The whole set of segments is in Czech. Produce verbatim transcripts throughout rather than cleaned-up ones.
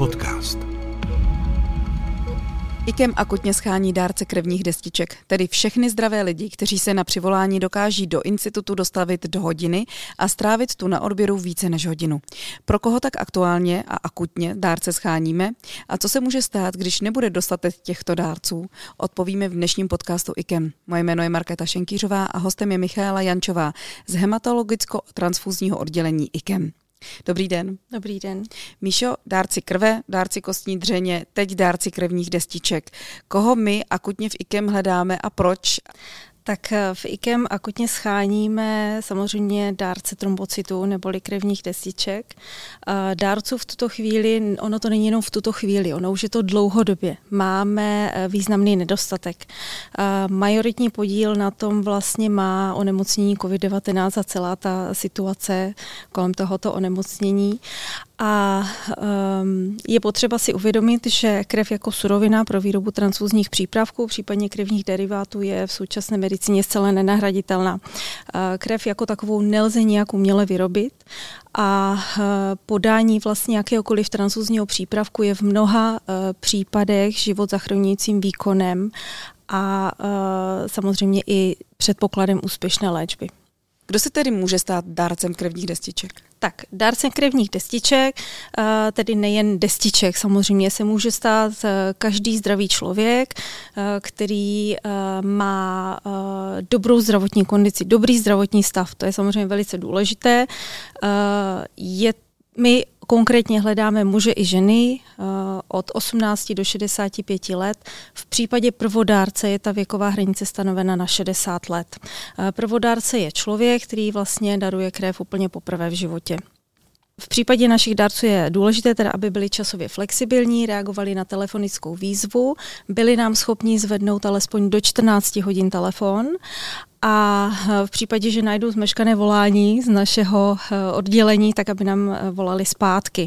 podcast. I K E M akutně schání dárce krevních destiček, tedy všechny zdravé lidi, kteří se na přivolání dokáží do institutu dostavit do hodiny a strávit tu na odběru více než hodinu. Pro koho tak aktuálně a akutně dárce scháníme a co se může stát, když nebude dostatek těchto dárců, odpovíme v dnešním podcastu I K E M. Moje jméno je Markéta Šenkýřová a hostem je Michaela Jančová z hematologicko-transfuzního oddělení I K E M. Dobrý den. Dobrý den. Míšo, dárci krve, dárci kostní dřeně, teď dárci krevních destiček. Koho my akutně v I K E M hledáme a proč? Tak v I K E M akutně scháníme samozřejmě dárce trombocytů neboli krevních destiček. Dárců v tuto chvíli, ono to není jenom v tuto chvíli, ono už je to dlouhodobě. Máme významný nedostatek. Majoritní podíl na tom vlastně má onemocnění covid devatenáct a celá ta situace kolem tohoto onemocnění. A um, je potřeba si uvědomit, že krev jako surovina pro výrobu transfuzních přípravků, případně krevních derivátů, je v současné medicíně zcela nenahraditelná. Uh, krev jako takovou nelze nijak uměle vyrobit a uh, podání vlastně jakéhokoliv transfuzního přípravku je v mnoha uh, případech život zachraňujícím výkonem a uh, samozřejmě i předpokladem úspěšné léčby. Kdo se tedy může stát dárcem krevních destiček? Tak, dárcem krevních destiček, tedy nejen destiček, samozřejmě se může stát každý zdravý člověk, který má dobrou zdravotní kondici, dobrý zdravotní stav. To je samozřejmě velice důležité. Je My konkrétně hledáme muže i ženy od osmnácti do šedesáti pěti let. V případě prvodárce je ta věková hranice stanovena na šedesát let. Prvodárce je člověk, který vlastně daruje krev úplně poprvé v životě. V případě našich dárců je důležité teda, aby byli časově flexibilní, reagovali na telefonickou výzvu, byli nám schopni zvednout alespoň do čtrnácti hodin telefon a v případě, že najdou zmeškané volání z našeho oddělení, tak aby nám volali zpátky.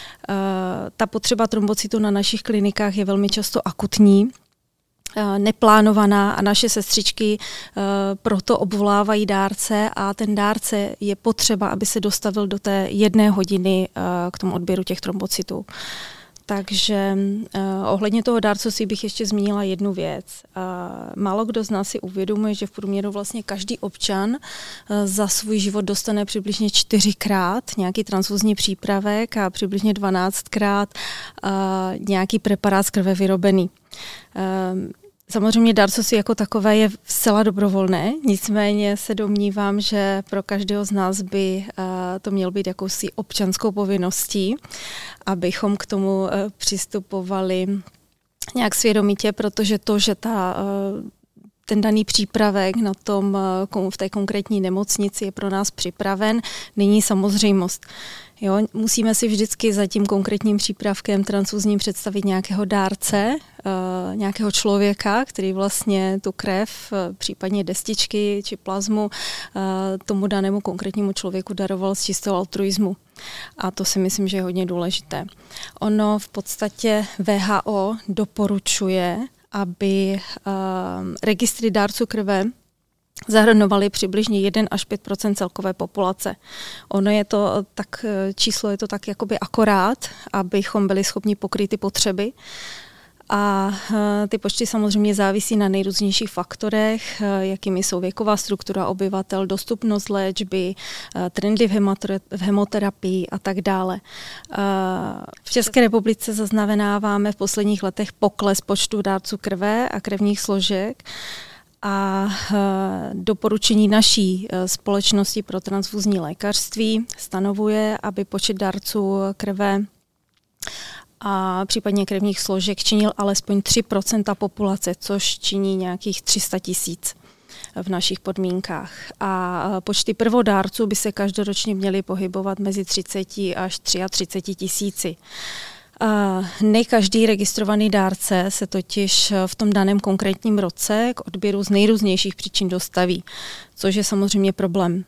Ta potřeba trombocytu na našich klinikách je velmi často akutní, neplánovaná a naše sestřičky uh, proto obvolávají dárce a ten dárce je potřeba, aby se dostavil do té jedné hodiny uh, k tomu odběru těch trombocytů. Takže uh, ohledně toho dárcovství bych ještě zmínila jednu věc. Uh, málo kdo z nás si uvědomuje, že v průměru vlastně každý občan uh, za svůj život dostane přibližně čtyřikrát nějaký transfuzní přípravek a přibližně dvanáctkrát uh, nějaký preparát z krve vyrobený. Uh, Samozřejmě dárcovství jako takové je zcela dobrovolné, nicméně se domnívám, že pro každého z nás by uh, to mělo být jakousi občanskou povinností, abychom k tomu uh, přistupovali nějak svědomitě, protože to, že ta, uh, ten daný přípravek na tom, uh, v té konkrétní nemocnici je pro nás připraven, není samozřejmost. Jo, musíme si vždycky za tím konkrétním přípravkem transfuzním představit nějakého dárce, uh, nějakého člověka, který vlastně tu krev, uh, případně destičky či plazmu uh, tomu danému konkrétnímu člověku daroval z čistého altruismu. A to si myslím, že je hodně důležité. Ono v podstatě W H O doporučuje, aby uh, registry dárců krve zahrnovali přibližně jeden až pět procent celkové populace. Ono je to tak, číslo je to tak jakoby akorát, abychom byli schopni pokrýt ty potřeby. A ty počty samozřejmě závisí na nejrůznějších faktorech, jakými jsou věková struktura obyvatel, dostupnost léčby, trendy v, v hemoterapii a tak dále. V České republice zaznamenáváme v posledních letech pokles počtu dárců krve a krevních složek. A doporučení naší společnosti pro transfuzní lékařství stanovuje, aby počet dárců krve a případně krevních složek činil alespoň tři procenta populace, což činí nějakých tři sta tisíc v našich podmínkách. A počty prvodárců by se každoročně měly pohybovat mezi třicet až třicet tři tisíci. Uh, ne každý registrovaný dárce se totiž v tom daném konkrétním roce k odběru z nejrůznějších příčin dostaví, což je samozřejmě problém.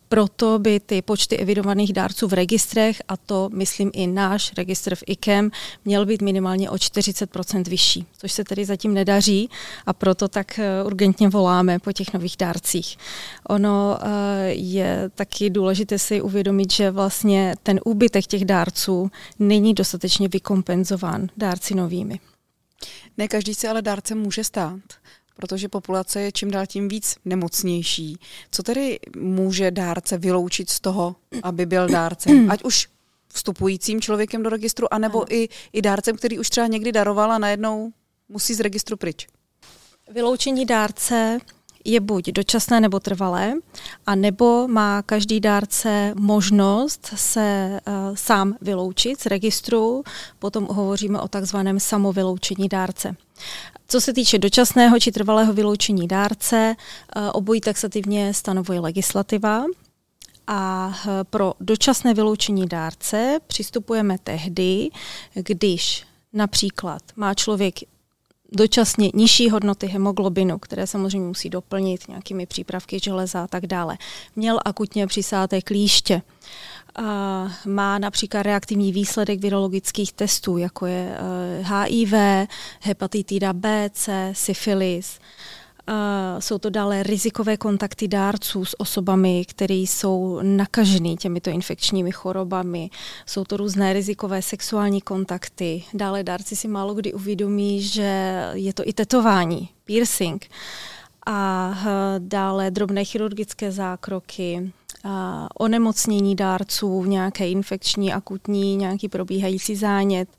proto by ty počty evidovaných dárců v registrech, a to myslím i náš registr v I K E M, měl být minimálně o čtyřicet procent vyšší, což se tedy zatím nedaří a proto tak urgentně voláme po těch nových dárcích. Ono je taky důležité si uvědomit, že vlastně ten úbytek těch dárců není dostatečně vykompenzován dárci novými. Ne každý se ale dárce může stát, protože populace je čím dál tím víc nemocnější. Co tedy může dárce vyloučit z toho, aby byl dárcem? Ať už vstupujícím člověkem do registru, anebo i, i dárcem, který už třeba někdy daroval a najednou musí z registru pryč. Vyloučení dárce je buď dočasné nebo trvalé, a nebo má každý dárce možnost se uh, sám vyloučit z registru, potom hovoříme o takzvaném samovyloučení dárce. Co se týče dočasného či trvalého vyloučení dárce, uh, obojí taxativně stanovuje legislativa. A pro dočasné vyloučení dárce přistupujeme tehdy, když například má člověk dočasně nižší hodnoty hemoglobinu, které samozřejmě musí doplnit nějakými přípravky železa a tak dále. Měl akutně přisáté klíště. A má například reaktivní výsledek virologických testů, jako je H I V, hepatitida B, C, syfilis. Uh, jsou to dále rizikové kontakty dárců s osobami, které jsou nakažený těmito infekčními chorobami. Jsou to různé rizikové sexuální kontakty. Dále dárci si málo kdy uvědomí, že je to i tetování, piercing. A uh, dále drobné chirurgické zákroky, uh, onemocnění dárců, nějaké infekční, akutní, nějaký probíhající zánět.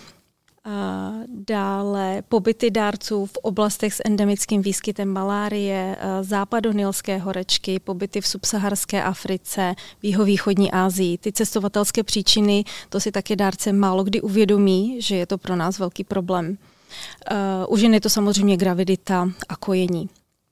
Uh, dále pobyty dárců v oblastech s endemickým výskytem malárie, uh, západonilské horečky, pobyty v subsaharské Africe, v jihovýchodní Asii. Ty cestovatelské příčiny, to si také dárce málo kdy uvědomí, že je to pro nás velký problém. Uh, u žen je to samozřejmě gravidita a kojení.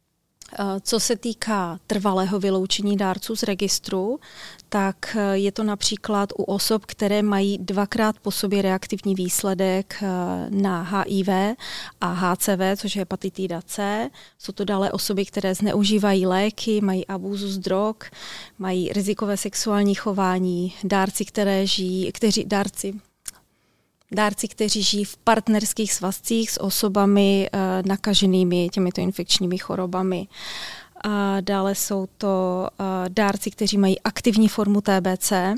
Co se týká trvalého vyloučení dárců z registru, tak je to například u osob, které mají dvakrát po sobě reaktivní výsledek na H I V a H C V, což je hepatitida C. Jsou to dále osoby, které zneužívají léky, mají abúzus drog, mají rizikové sexuální chování, dárci, které žijí, kteří, dárci, Dárci, kteří žijí v partnerských svazcích s osobami uh, nakaženými těmito infekčními chorobami. A dále jsou to uh, dárci, kteří mají aktivní formu T B C,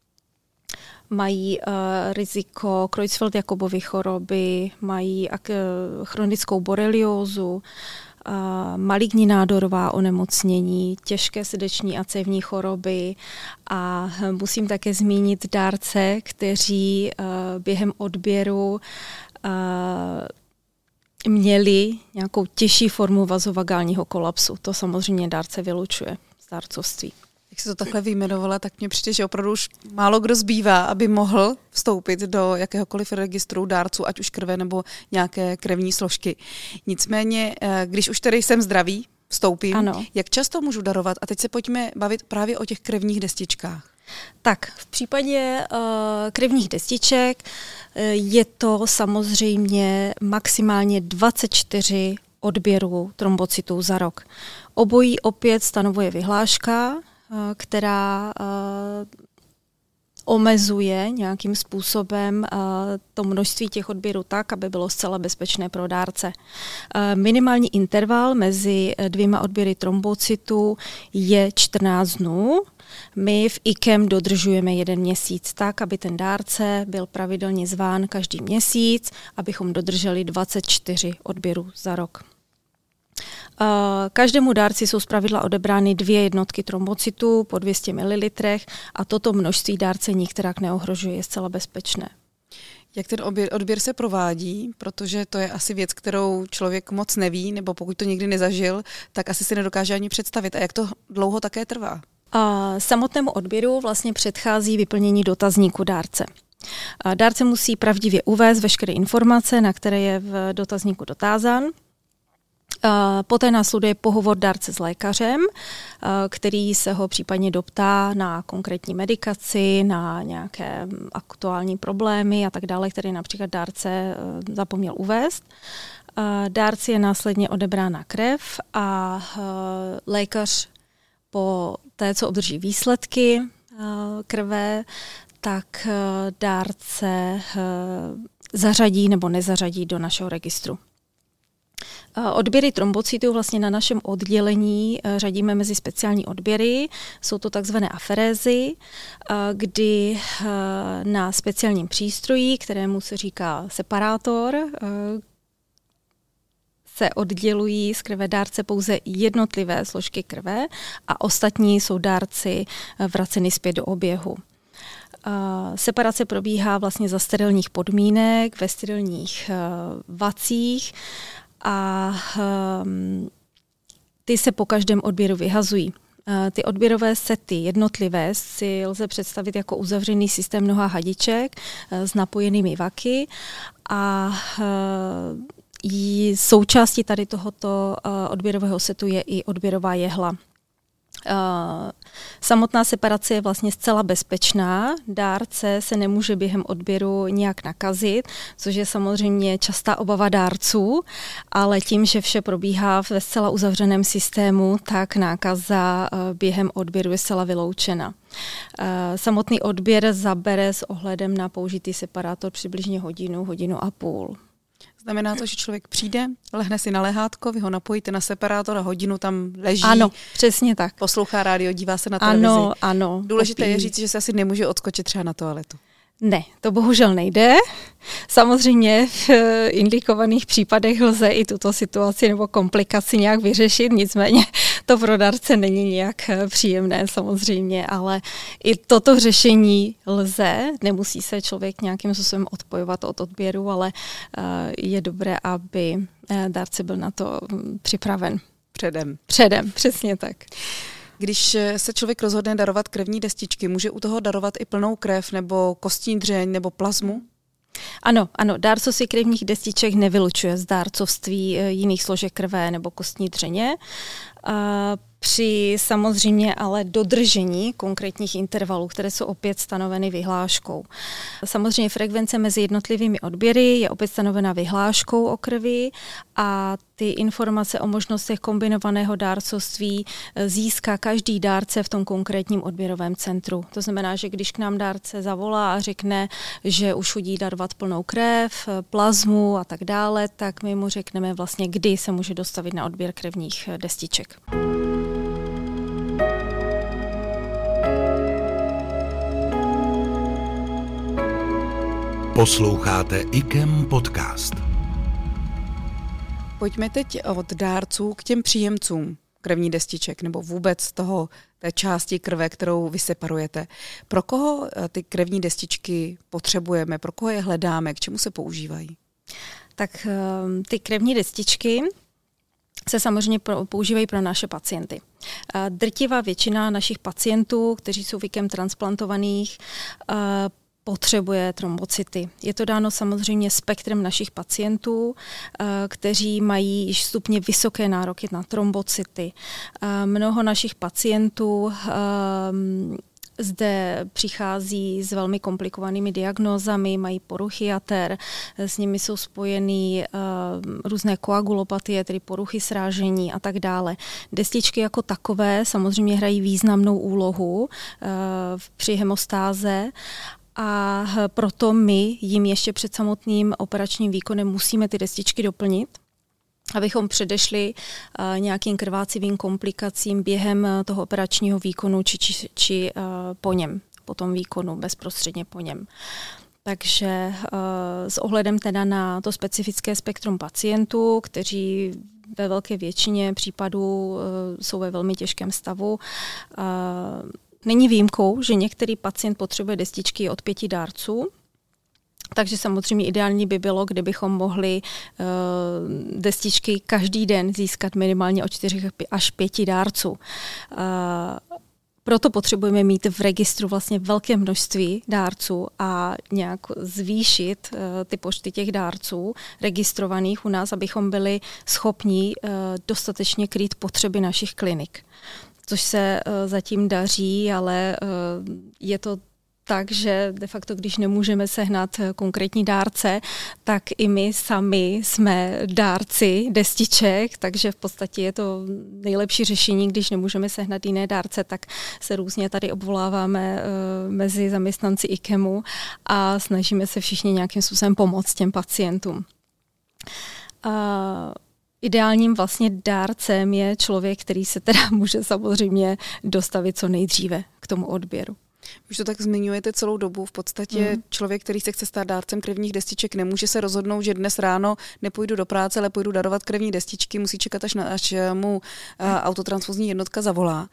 mají uh, riziko Creutzfeldt-Jakobovy choroby, mají ak- chronickou boreliózu, Uh, maligní nádorová onemocnění, těžké srdeční a cévní choroby a musím také zmínit dárce, kteří uh, během odběru uh, měli nějakou těžší formu vazovagálního kolapsu. To samozřejmě dárce vylučuje z dárcovství. Jak se to takhle vyjmenovala, tak mně přijde, že opravdu už málo kdo zbývá, aby mohl vstoupit do jakéhokoliv registru dárců, ať už krve nebo nějaké krevní složky. Nicméně, když už tedy jsem zdravý, vstoupím, ano. Jak často můžu darovat? A teď se pojďme bavit právě o těch krevních destičkách. Tak, v případě uh, krevních destiček uh, je to samozřejmě maximálně dvacet čtyři odběrů trombocytů za rok. Obojí opět stanovuje vyhláška, která uh, omezuje nějakým způsobem uh, to množství těch odběrů tak, aby bylo zcela bezpečné pro dárce. Uh, minimální interval mezi dvěma odběry trombocytů je čtrnáct dnů. My v I K E M dodržujeme jeden měsíc tak, aby ten dárce byl pravidelně zván každý měsíc, abychom dodrželi dvacet čtyři odběrů za rok. Každému dárci jsou zpravidla odebrány dvě jednotky trombocytů po dvě stě mililitrů a toto množství dárce nikterak neohrožuje, je zcela bezpečné. Jak ten odběr, odběr se provádí, protože to je asi věc, kterou člověk moc neví, nebo pokud to nikdy nezažil, tak asi si nedokáže ani představit. A jak to dlouho také trvá? A samotnému odběru vlastně předchází vyplnění dotazníku dárce. A dárce musí pravdivě uvést veškeré informace, na které je v dotazníku dotázán. Poté následuje pohovor dárce s lékařem, který se ho případně doptá na konkrétní medikaci, na nějaké aktuální problémy a tak dále, které například dárce zapomněl uvést. Dárci je následně odebrána krev a lékař po té, co obdrží výsledky krve, tak dárce zařadí nebo nezařadí do našeho registru. Odběry trombocytů vlastně na našem oddělení řadíme mezi speciální odběry. Jsou to takzvané aferézy, kdy na speciálním přístroji, kterému se říká separátor, se oddělují z krve dárce pouze jednotlivé složky krve a ostatní jsou dárci vraceny zpět do oběhu. Uh, separace probíhá vlastně za sterilních podmínek, ve sterilních uh, vacích a um, ty se po každém odběru vyhazují. Uh, ty odběrové sety jednotlivé si lze představit jako uzavřený systém mnoha hadiček uh, s napojenými vaky a uh, součástí tady tohoto uh, odběrového setu je i odběrová jehla. Uh, samotná separace je vlastně zcela bezpečná, dárce se nemůže během odběru nějak nakazit, což je samozřejmě častá obava dárců, ale tím, že vše probíhá ve zcela uzavřeném systému, tak nákaza uh, během odběru je zcela vyloučena. Uh, samotný odběr zabere s ohledem na použitý separátor přibližně hodinu, hodinu a půl. Znamená to, že člověk přijde, lehne si na lehátko, vy ho napojíte na separátor a hodinu tam leží. Ano, přesně tak. Poslouchá rádio, dívá se na televizi. Ano, ano. Důležité opí. je říct, že se asi nemůže odskočit třeba na toaletu. Ne, to bohužel nejde. Samozřejmě v indikovaných případech lze i tuto situaci nebo komplikaci nějak vyřešit, nicméně to pro dárce není nějak příjemné samozřejmě, ale i toto řešení lze, nemusí se člověk nějakým způsobem odpojovat od odběru, ale je dobré, aby dárce byl na to připraven. Předem. Předem, přesně tak. Když se člověk rozhodne darovat krevní destičky, může u toho darovat i plnou krev nebo kostní dřeň nebo plazmu? Ano, ano, dárcovství krevních destiček nevylučuje z dárcovství jiných složek krve nebo kostní dřeně. Při samozřejmě ale dodržení konkrétních intervalů, které jsou opět stanoveny vyhláškou. Samozřejmě frekvence mezi jednotlivými odběry je opět stanovena vyhláškou o krvi a ty informace o možnostech kombinovaného dárcovství získá každý dárce v tom konkrétním odběrovém centru. To znamená, že když k nám dárce zavolá a řekne, že už chodí darovat plnou krev, plazmu a tak dále, tak my mu řekneme vlastně, kdy se může dostavit na odběr krevních destiček. Posloucháte I K E M podcast. Pojďme teď od dárců k těm příjemcům krevní destiček nebo vůbec toho, té části krve, kterou vy separujete. Pro koho ty krevní destičky potřebujeme, pro koho je hledáme, k čemu se používají? Tak ty krevní destičky se samozřejmě pro, používají pro naše pacienty. Drtivá většina našich pacientů, kteří jsou věkem transplantovaných, potřebuje trombocyty. Je to dáno samozřejmě spektrem našich pacientů, kteří mají již stupně vysoké nároky na trombocyty. Mnoho našich pacientů zde přichází s velmi komplikovanými diagnózami, mají poruchy jater, s nimi jsou spojeny uh, různé koagulopatie, tedy poruchy srážení a tak dále. Destičky jako takové samozřejmě hrají významnou úlohu uh, při hemostáze. A proto my jim ještě před samotným operačním výkonem musíme ty destičky doplnit, abychom předešli uh, nějakým krvácivým komplikacím během uh, toho operačního výkonu či, či, či uh, po něm, po tom výkonu, bezprostředně po něm. Takže uh, s ohledem teda na to specifické spektrum pacientů, kteří ve velké většině případů uh, jsou ve velmi těžkém stavu, uh, není výjimkou, že některý pacient potřebuje destičky od pěti dárců, takže samozřejmě ideální by bylo, kdybychom mohli uh, destičky každý den získat minimálně od čtyři až pěti dárců. Uh, proto potřebujeme mít v registru vlastně velké množství dárců a nějak zvýšit uh, ty počty těch dárců registrovaných u nás, abychom byli schopni uh, dostatečně krýt potřeby našich klinik. Což se uh, zatím daří, ale uh, je to takže de facto, když nemůžeme sehnat konkrétní dárce, tak i my sami jsme dárci destiček, takže v podstatě je to nejlepší řešení, když nemůžeme sehnat jiné dárce, tak se různě tady obvoláváme uh, mezi zaměstnanci IKEMu a snažíme se všichni nějakým způsobem pomoct těm pacientům. Uh, Ideálním vlastně dárcem je člověk, který se teda může samozřejmě dostavit co nejdříve k tomu odběru. Už to tak zmiňujete celou dobu. V podstatě mm. člověk, který se chce stát dárcem krevních destiček, nemůže se rozhodnout, že dnes ráno nepůjdu do práce, ale půjdu darovat krevní destičky, musí čekat, až, na, až mu uh, autotransfuzní jednotka zavolá.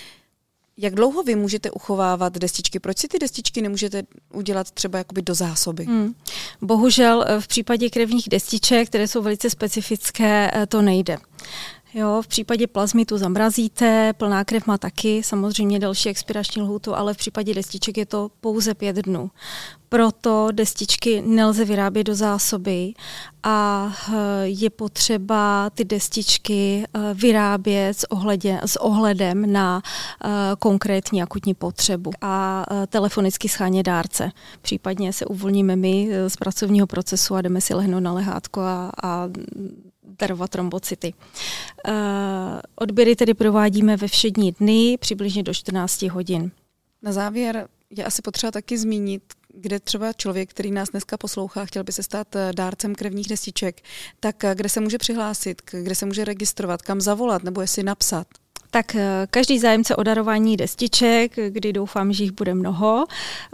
Jak dlouho vy můžete uchovávat destičky? Proč si ty destičky nemůžete udělat třeba jakoby do zásoby? Hmm. Bohužel v případě krevních destiček, které jsou velice specifické, to nejde. Jo, v případě plazmy tu zamrazíte, plná krev má taky samozřejmě další expirační lhůtu, ale v případě destiček je to pouze pět dnů. Proto destičky nelze vyrábět do zásoby a je potřeba ty destičky vyrábět s, ohledě, s ohledem na konkrétní akutní potřebu a telefonicky shánět dárce. Případně se uvolníme my z pracovního procesu a jdeme si lehnout na lehátko a, a darovat trombocyty. Uh, odběry tedy provádíme ve všední dny, přibližně do čtrnáct hodin. Na závěr je asi potřeba taky zmínit, kde třeba člověk, který nás dneska poslouchá, chtěl by se stát dárcem krevních destiček, tak kde se může přihlásit, kde se může registrovat, kam zavolat nebo jestli napsat? Tak každý zájemce o darování destiček, kdy doufám, že jich bude mnoho,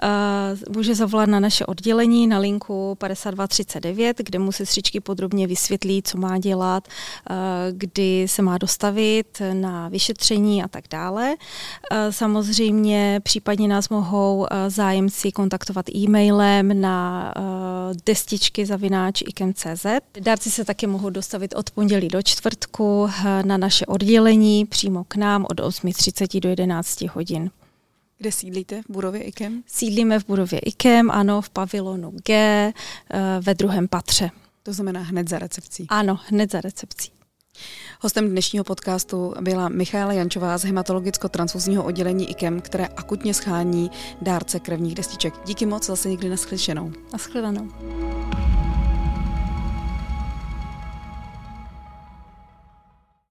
může zavolat na naše oddělení na linku padesát dva třicet devět, kde mu sestřičky podrobně vysvětlí, co má dělat, kdy se má dostavit na vyšetření a tak dále. Samozřejmě případně nás mohou zájemci kontaktovat e-mailem na destičky zavináč ikem tečka cé zet. Dárci se taky mohou dostavit od pondělí do čtvrtku na naše oddělení přímo k nám od osm třicet do jedenáct hodin. Kde sídlíte? V budově IKEM? Sídlíme v budově IKEM, ano, v pavilonu G, ve druhém patře. To znamená hned za recepcí? Ano, hned za recepcí. Hostem dnešního podcastu byla Michaela Jančová z hematologicko-transfuzního oddělení IKEM, které akutně schání dárce krevních destiček. Díky moc, zase někdy naslyšenou. Naschledanou.